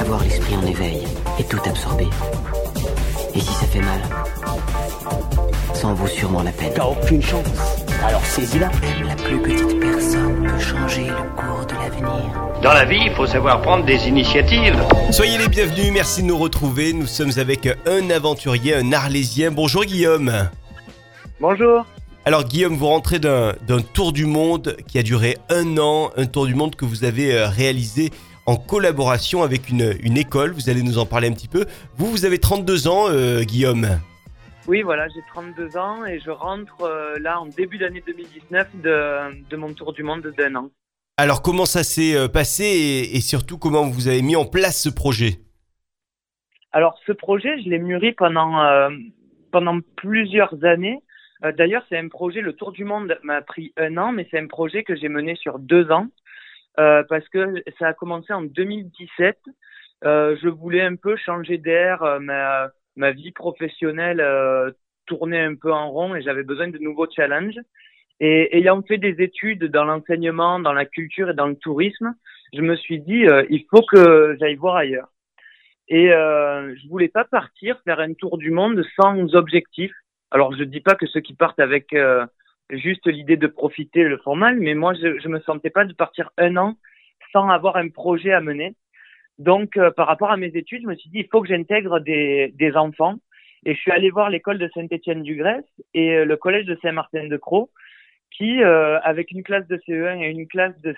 Avoir l'esprit en éveil et tout absorber. Et si ça fait mal, ça en vaut sûrement la peine. T'as aucune chance. Alors saisis-la. Même la plus petite personne peut changer le cours de l'avenir. Dans la vie, il faut savoir prendre des initiatives. Soyez les bienvenus, merci de nous retrouver. Nous sommes avec un aventurier, un Arlésien. Bonjour Guillaume. Bonjour. Alors Guillaume, vous rentrez d'un tour du monde qui a duré 1 an, un tour du monde que vous avez réalisé en collaboration avec une école. Vous allez nous en parler un petit peu. Vous avez 32 ans, Guillaume. Oui, voilà, j'ai 32 ans et je rentre là en début d'année 2019 de mon tour du monde d'1 an. Alors comment ça s'est passé et surtout comment vous avez mis en place ce projet ? Alors ce projet, je l'ai mûri pendant plusieurs années. D'ailleurs, c'est un projet, le tour du monde m'a pris 1 an, mais c'est un projet que j'ai mené sur 2 ans parce que ça a commencé en 2017. Je voulais un peu changer d'air, ma vie professionnelle tournait un peu en rond et j'avais besoin de nouveaux challenges. Et ayant fait des études dans l'enseignement, dans la culture et dans le tourisme, je me suis dit il faut que j'aille voir ailleurs. Et je voulais pas partir faire un tour du monde sans objectif. Alors je dis pas que ceux qui partent avec juste l'idée de profiter le font mal, mais moi je me sentais pas de partir 1 an sans avoir un projet à mener. Donc par rapport à mes études, je me suis dit il faut que j'intègre des enfants. Et je suis allé voir l'école de Saint-Étienne-du-Grèce et le collège de Saint-Martin-de-Crau qui, avec une classe de CE1 et une classe de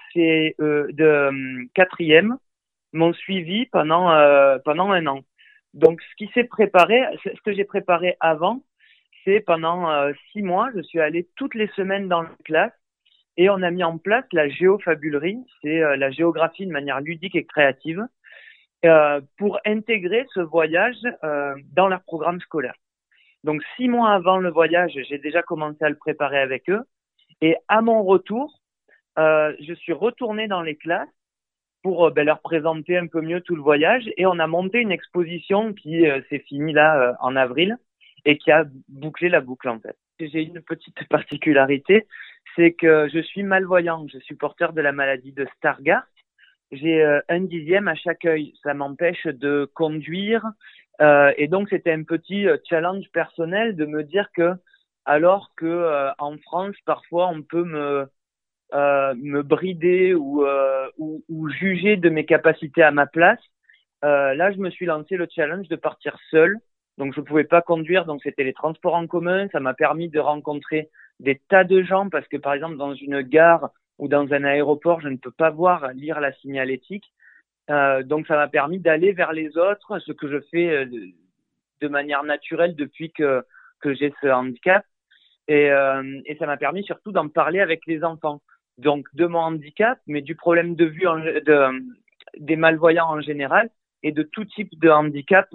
quatrième, m'ont suivi pendant 1 an. Donc ce que j'ai préparé avant, c'est pendant 6 mois, je suis allé toutes les semaines dans la classe et on a mis en place la géofabulerie, c'est la géographie de manière ludique et créative, pour intégrer ce voyage dans leur programme scolaire. Donc 6 mois avant le voyage, j'ai déjà commencé à le préparer avec eux. Et à mon retour, je suis retourné dans les classes pour leur présenter un peu mieux tout le voyage. Et on a monté une exposition qui s'est finie là en avril et qui a bouclé la boucle en fait. J'ai une petite particularité, c'est que je suis malvoyant. Je suis porteur de la maladie de Stargardt. J'ai 1/10 à chaque œil. Ça m'empêche de conduire. Et donc, c'était un petit challenge personnel de me dire que, alors que en France, parfois, on peut me brider ou juger de mes capacités à ma place. Là, je me suis lancé le challenge de partir seul. Donc, je pouvais pas conduire. Donc, c'était les transports en commun. Ça m'a permis de rencontrer des tas de gens parce que, par exemple, dans une gare ou dans un aéroport, je ne peux pas lire la signalétique. Donc, ça m'a permis d'aller vers les autres, ce que je fais de manière naturelle depuis que j'ai ce handicap. Et ça m'a permis surtout d'en parler avec les enfants. Donc, de mon handicap, mais du problème de vue des malvoyants en général et de tout type de handicap.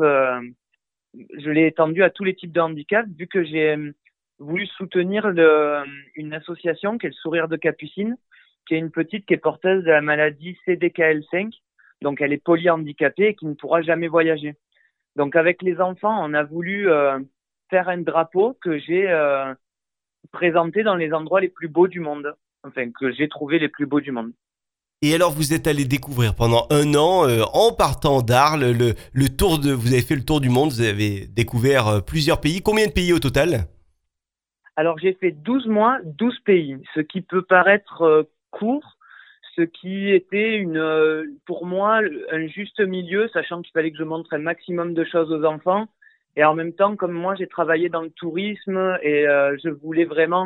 Je l'ai étendu à tous les types de handicap vu que j'ai voulu soutenir une association qui est le Sourire de Capucine, qui est une petite qui est porteuse de la maladie CDKL5. Donc, elle est polyhandicapée et qui ne pourra jamais voyager. Donc, avec les enfants, on a voulu faire un drapeau que j'ai présenté dans les endroits les plus beaux du monde. Enfin, que j'ai trouvé les plus beaux du monde. Et alors vous êtes allé découvrir pendant 1 an, en partant d'Arles, vous avez fait le tour du monde, vous avez découvert plusieurs pays. Combien de pays au total ? Alors, j'ai fait 12 mois, 12 pays, ce qui peut paraître court, ce qui était pour moi un juste milieu, sachant qu'il fallait que je montre un maximum de choses aux enfants. Et en même temps, comme moi, j'ai travaillé dans le tourisme et je voulais vraiment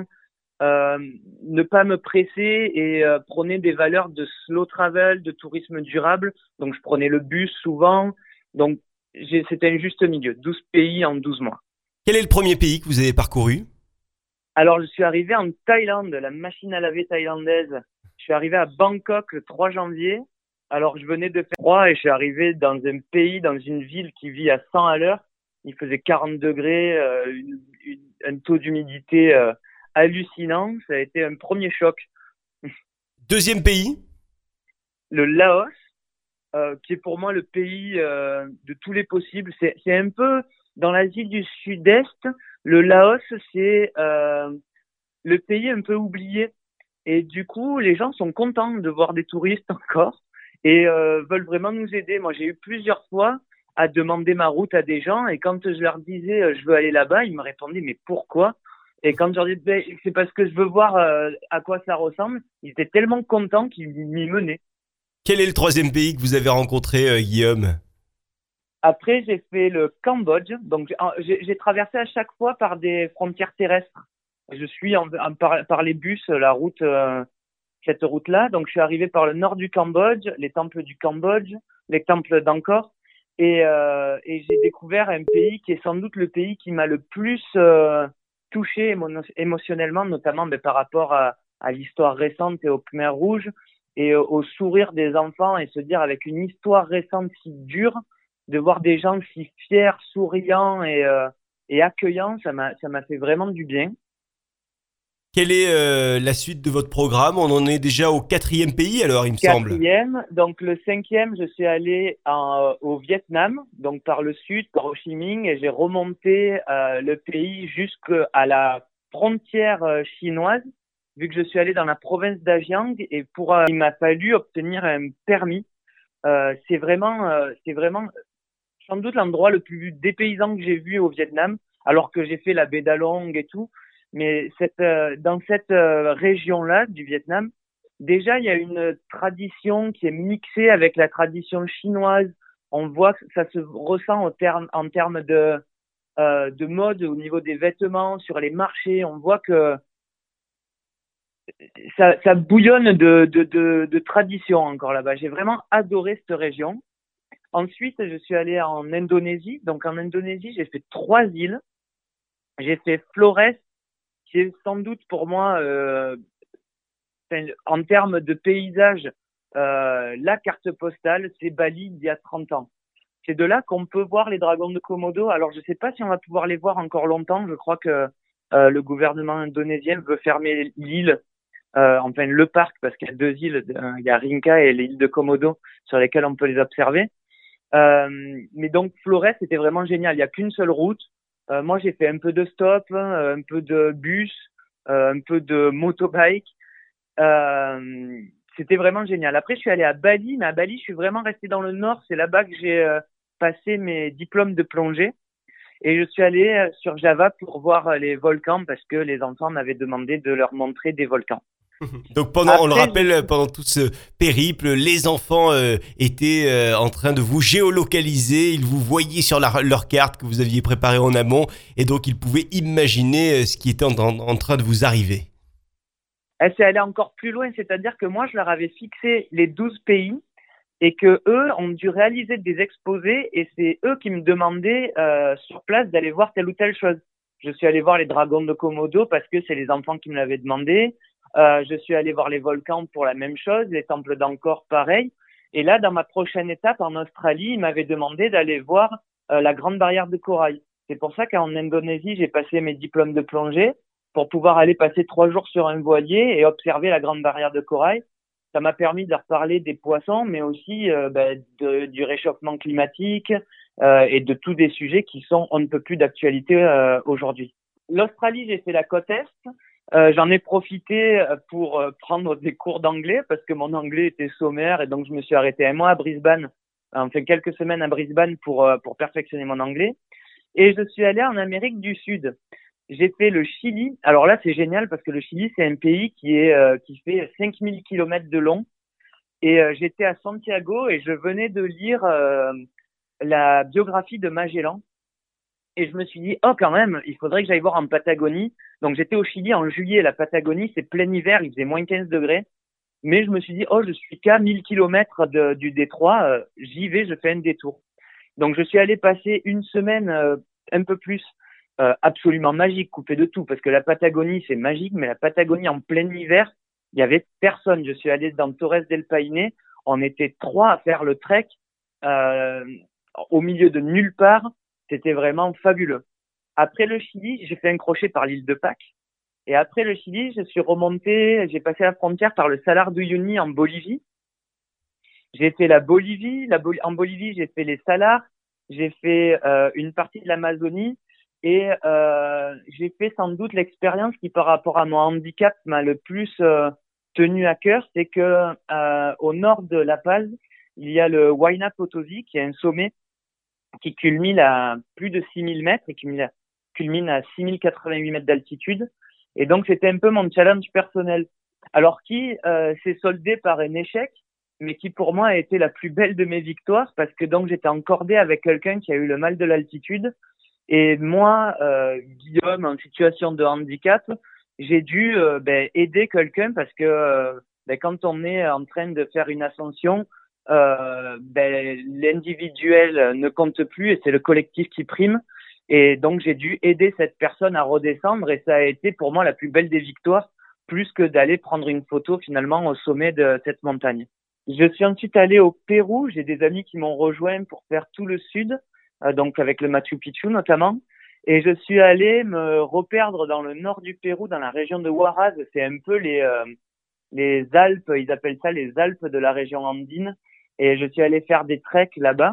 ne pas me presser et prôner des valeurs de slow travel, de tourisme durable. Donc, je prenais le bus souvent. Donc, c'était un juste milieu, 12 pays en 12 mois. Quel est le premier pays que vous avez parcouru ? Alors, je suis arrivé en Thaïlande, la machine à laver thaïlandaise. Je suis arrivé à Bangkok le 3 janvier. Alors, je venais de faire froid et je suis arrivé dans un pays, dans une ville qui vit à 100 à l'heure. Il faisait 40 degrés, un taux d'humidité hallucinant. Ça a été un premier choc. Deuxième pays ? Le Laos, qui est pour moi le pays de tous les possibles. C'est un peu dans l'Asie du Sud-Est. Le Laos, c'est le pays un peu oublié. Et du coup, les gens sont contents de voir des touristes encore. et veulent vraiment nous aider. Moi, j'ai eu plusieurs fois à demander ma route à des gens et quand je leur disais je veux aller là-bas, ils me répondaient mais pourquoi? Et quand je leur disais ben, c'est parce que je veux voir à quoi ça ressemble, ils étaient tellement contents qu'ils m'y menaient. Quel est le troisième pays que vous avez rencontré, Guillaume? Après, j'ai fait le Cambodge. Donc, j'ai traversé à chaque fois par des frontières terrestres. Je suis par les bus, la route, cette route-là. Donc, je suis arrivé par le nord du Cambodge, les temples du Cambodge, les temples d'Angkor. Et j'ai découvert un pays qui est sans doute le pays qui m'a le plus touché émotionnellement, notamment par rapport à l'histoire récente et au Khmer Rouge et au sourire des enfants et se dire avec une histoire récente si dure, de voir des gens si fiers, souriants et accueillants, ça m'a fait vraiment du bien. Quelle est la suite de votre programme? On en est déjà au quatrième pays alors, il me semble. Quatrième, donc le cinquième, je suis allé au Vietnam, donc par le sud, par Ho Chi Minh, et j'ai remonté le pays jusqu'à la frontière chinoise, vu que je suis allé dans la province d'Ajiang, et il m'a fallu obtenir un permis. C'est vraiment sans doute l'endroit le plus dépaysant que j'ai vu au Vietnam, alors que j'ai fait la baie d'Along et tout. Mais dans cette région-là du Vietnam, déjà, il y a une tradition qui est mixée avec la tradition chinoise. On voit que ça se ressent en termes de mode au niveau des vêtements, sur les marchés. On voit que ça bouillonne de tradition encore là-bas. J'ai vraiment adoré cette région. Ensuite, je suis allé en Indonésie. Donc, en Indonésie, j'ai fait 3 îles. J'ai fait Flores, qui est sans doute pour moi, en termes de paysage, la carte postale, c'est Bali d'il y a 30 ans. C'est de là qu'on peut voir les dragons de Komodo. Alors, je ne sais pas si on va pouvoir les voir encore longtemps. Je crois que le gouvernement indonésien veut fermer l'île, enfin le parc, parce qu'il y a 2 îles. Il y a Rinca et l'île de Komodo sur lesquelles on peut les observer. Mais donc, Flores, c'était vraiment génial. Il n'y a qu'une seule route. Moi, j'ai fait un peu de stop, un peu de bus, un peu de motobike. C'était vraiment génial. Après, je suis allé à Bali, mais à Bali, je suis vraiment resté dans le nord. C'est là-bas que j'ai passé mes diplômes de plongée. Et je suis allé sur Java pour voir les volcans parce que les enfants m'avaient demandé de leur montrer des volcans. Donc on le rappelle, pendant tout ce périple, les enfants étaient en train de vous géolocaliser, ils vous voyaient sur leur carte que vous aviez préparée en amont et donc ils pouvaient imaginer ce qui était en train de vous arriver. Elle s'est allée encore plus loin, c'est-à-dire que moi je leur avais fixé les 12 pays et que eux ont dû réaliser des exposés et c'est eux qui me demandaient sur place d'aller voir telle ou telle chose. Je suis allé voir les dragons de Komodo parce que c'est les enfants qui me l'avaient demandé. Je suis allé voir les volcans pour la même chose, les temples d'Angkor pareil. Et là, dans ma prochaine étape en Australie, ils m'avaient demandé d'aller voir la Grande Barrière de Corail. C'est pour ça qu'en Indonésie, j'ai passé mes diplômes de plongée pour pouvoir aller passer 3 jours sur un voilier et observer la Grande Barrière de Corail. Ça m'a permis de leur parler des poissons, mais aussi du réchauffement climatique et de tous des sujets qui sont on ne peut plus d'actualité aujourd'hui. L'Australie, j'ai fait la côte Est. J'en ai profité pour prendre des cours d'anglais parce que mon anglais était sommaire et donc je me suis arrêté un mois à Brisbane, enfin quelques semaines à Brisbane pour perfectionner mon anglais. Et je suis allé en Amérique du Sud. J'ai fait le Chili. Alors là, c'est génial parce que le Chili, c'est un pays qui fait 5000 kilomètres de long. Et j'étais à Santiago et je venais de lire la biographie de Magellan. Et je me suis dit, oh, quand même, il faudrait que j'aille voir en Patagonie. Donc, j'étais au Chili en juillet. La Patagonie, c'est plein hiver. Il faisait moins 15 degrés. Mais je me suis dit, oh, je suis qu'à 1000 kilomètres du détroit. J'y vais, je fais un détour. Donc, je suis allé passer une semaine un peu plus absolument magique, coupé de tout. Parce que la Patagonie, c'est magique. Mais la Patagonie, en plein hiver, il y avait personne. Je suis allé dans Torres del Paine. On était 3 à faire le trek au milieu de nulle part. C'était vraiment fabuleux. Après le Chili, j'ai fait un crochet par l'île de Pâques. Et après le Chili, je suis remonté, j'ai passé la frontière par le Salar d'Uyuni en Bolivie. J'ai fait la Bolivie. En Bolivie, j'ai fait les salars. J'ai fait une partie de l'Amazonie. Et j'ai fait sans doute l'expérience qui, par rapport à mon handicap, m'a le plus tenu à cœur. C'est que au nord de La Paz, il y a le Huayna Potosí, qui est un sommet qui culmine à plus de 6000 mètres et qui culmine à 6088 mètres d'altitude. Et donc, c'était un peu mon challenge personnel. Alors, qui s'est soldé par un échec, mais qui pour moi a été la plus belle de mes victoires, parce que donc j'étais en cordée avec quelqu'un qui a eu le mal de l'altitude. Et moi, Guillaume, en situation de handicap, j'ai dû aider quelqu'un parce que quand on est en train de faire une ascension, l'individuel ne compte plus et c'est le collectif qui prime. Et donc, j'ai dû aider cette personne à redescendre et ça a été pour moi la plus belle des victoires, plus que d'aller prendre une photo finalement au sommet de cette montagne. Je suis ensuite allé au Pérou. J'ai des amis qui m'ont rejoint pour faire tout le sud, donc avec le Machu Picchu notamment. Et je suis allé me reperdre dans le nord du Pérou, dans la région de Huaraz. C'est un peu les Alpes, ils appellent ça les Alpes de la région andine. Et je suis allé faire des treks là-bas.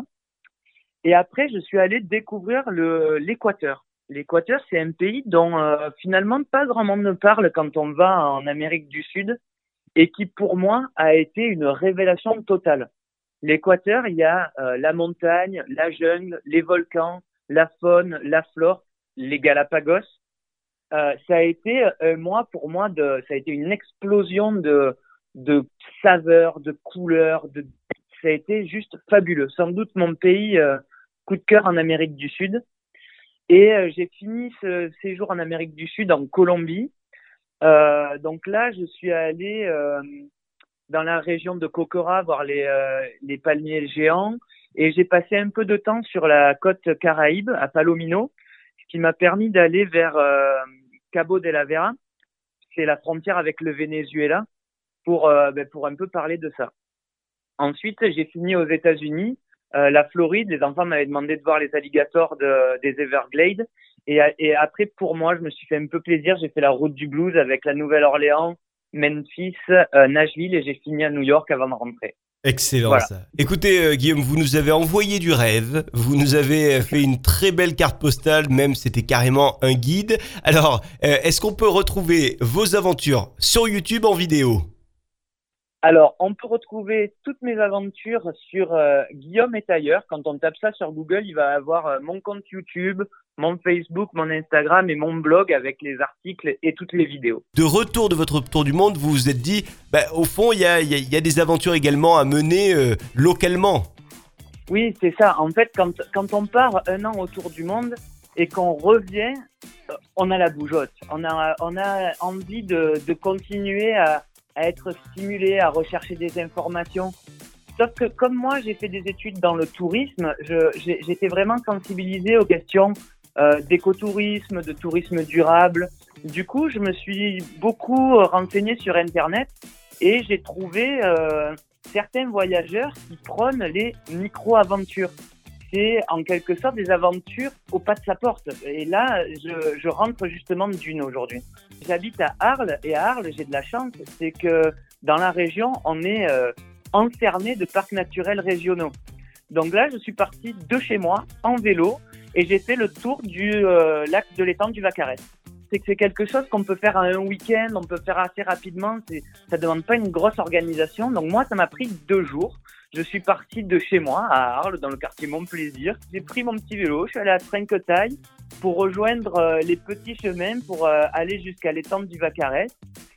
Et après, je suis allé découvrir l'Équateur. L'Équateur, c'est un pays dont finalement pas grand monde ne parle quand on va en Amérique du Sud et qui, pour moi, a été une révélation totale. L'Équateur, il y a la montagne, la jungle, les volcans, la faune, la flore, les Galapagos. Ça a été pour moi, ça a été une explosion de saveurs, de couleurs. Ça a été juste fabuleux. Sans doute mon pays coup de cœur en Amérique du Sud. Et j'ai fini ce séjour en Amérique du Sud en Colombie. Donc là, je suis allé dans la région de Cocora voir les palmiers géants et j'ai passé un peu de temps sur la côte Caraïbe à Palomino, ce qui m'a permis d'aller vers Cabo de la Vera, c'est la frontière avec le Venezuela, pour un peu parler de ça. Ensuite, j'ai fini aux États-Unis, la Floride. Les enfants m'avaient demandé de voir les alligators des Everglades. Et après, pour moi, je me suis fait un peu plaisir. J'ai fait la route du blues avec la Nouvelle-Orléans, Memphis, Nashville et j'ai fini à New York avant de rentrer. Excellent, voilà. Ça. Écoutez, Guillaume, vous nous avez envoyé du rêve. Vous nous avez fait une très belle carte postale. Même, c'était carrément un guide. Alors, est-ce qu'on peut retrouver vos aventures sur YouTube en vidéo ? Alors, on peut retrouver toutes mes aventures sur Guillaume est ailleurs. Quand on tape ça sur Google, il va avoir mon compte YouTube, mon Facebook, mon Instagram et mon blog avec les articles et toutes les vidéos. De retour de votre tour du monde, vous vous êtes dit, au fond, il y a des aventures également à mener localement. Oui, c'est ça. En fait, quand on part un an autour du monde et qu'on revient, on a la bougeotte. On a envie de continuer à être stimulé, à rechercher des informations. Sauf que comme moi, j'ai fait des études dans le tourisme, j'étais vraiment sensibilisé aux questions d'écotourisme, de tourisme durable. Du coup, je me suis beaucoup renseigné sur Internet et j'ai trouvé certains voyageurs qui prônent les micro-aventures. C'est en quelque sorte des aventures au pas de sa porte. Et là, je rentre justement d'une aujourd'hui. J'habite à Arles et à Arles, j'ai de la chance, c'est que dans la région, on est encerné de parcs naturels régionaux. Donc là, je suis parti de chez moi en vélo et j'ai fait le tour du lac de l'étang du Vacarès. C'est quelque chose qu'on peut faire en un week-end, on peut faire assez rapidement, ça demande pas une grosse organisation. Donc moi, ça m'a pris 2 jours. Je suis parti de chez moi, à Arles, dans le quartier Montplaisir. J'ai pris mon petit vélo, je suis allé à Trinquetaille pour rejoindre les petits chemins pour aller jusqu'à l'étang du Vacarès.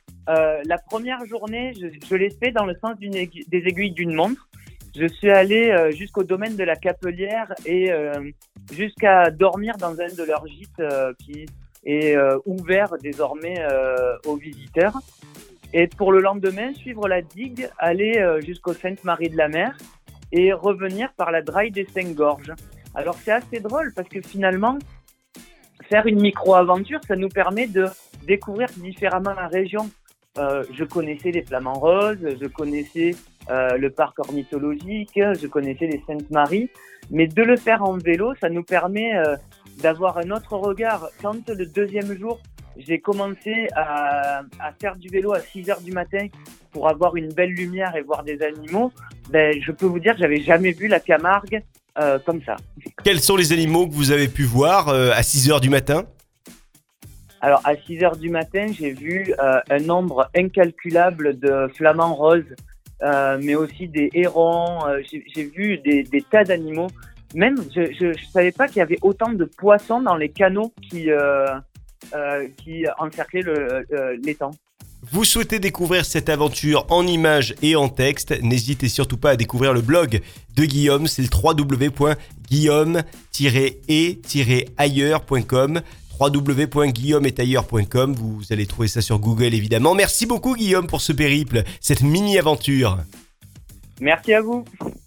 La première journée, je l'ai fait dans le sens des aiguilles d'une montre. Je suis allé jusqu'au domaine de la Capelière et jusqu'à dormir dans un de leurs gîtes qui est ouvert désormais aux visiteurs. Et pour le lendemain, suivre la digue, aller jusqu'au Sainte-Marie-de-la-Mer et revenir par la Draille des 5 Gorges. Alors c'est assez drôle parce que finalement, faire une micro-aventure, ça nous permet de découvrir différemment la région. Je connaissais les Flamands Roses, je connaissais le parc ornithologique, je connaissais les Saintes-Maries, mais de le faire en vélo, ça nous permet d'avoir un autre regard. Quand le 2e jour, j'ai commencé à faire du vélo à 6h du matin pour avoir une belle lumière et voir des animaux, je peux vous dire que j'avais jamais vu la Camargue comme ça. Quels sont les animaux que vous avez pu voir à 6h du matin ? Alors, à 6h du matin, j'ai vu un nombre incalculable de flamands roses mais aussi des hérons. J'ai vu des tas d'animaux. Même, je savais pas qu'il y avait autant de poissons dans les canaux qui encerclaient l'étang. Vous souhaitez découvrir cette aventure en images et en texte, n'hésitez surtout pas à découvrir le blog de Guillaume, c'est le www.guillaume-et-ailleurs.com www.guillaumeetailleurs.com. Vous allez trouver ça sur Google évidemment. Merci beaucoup Guillaume pour ce périple, cette mini-aventure. Merci à vous.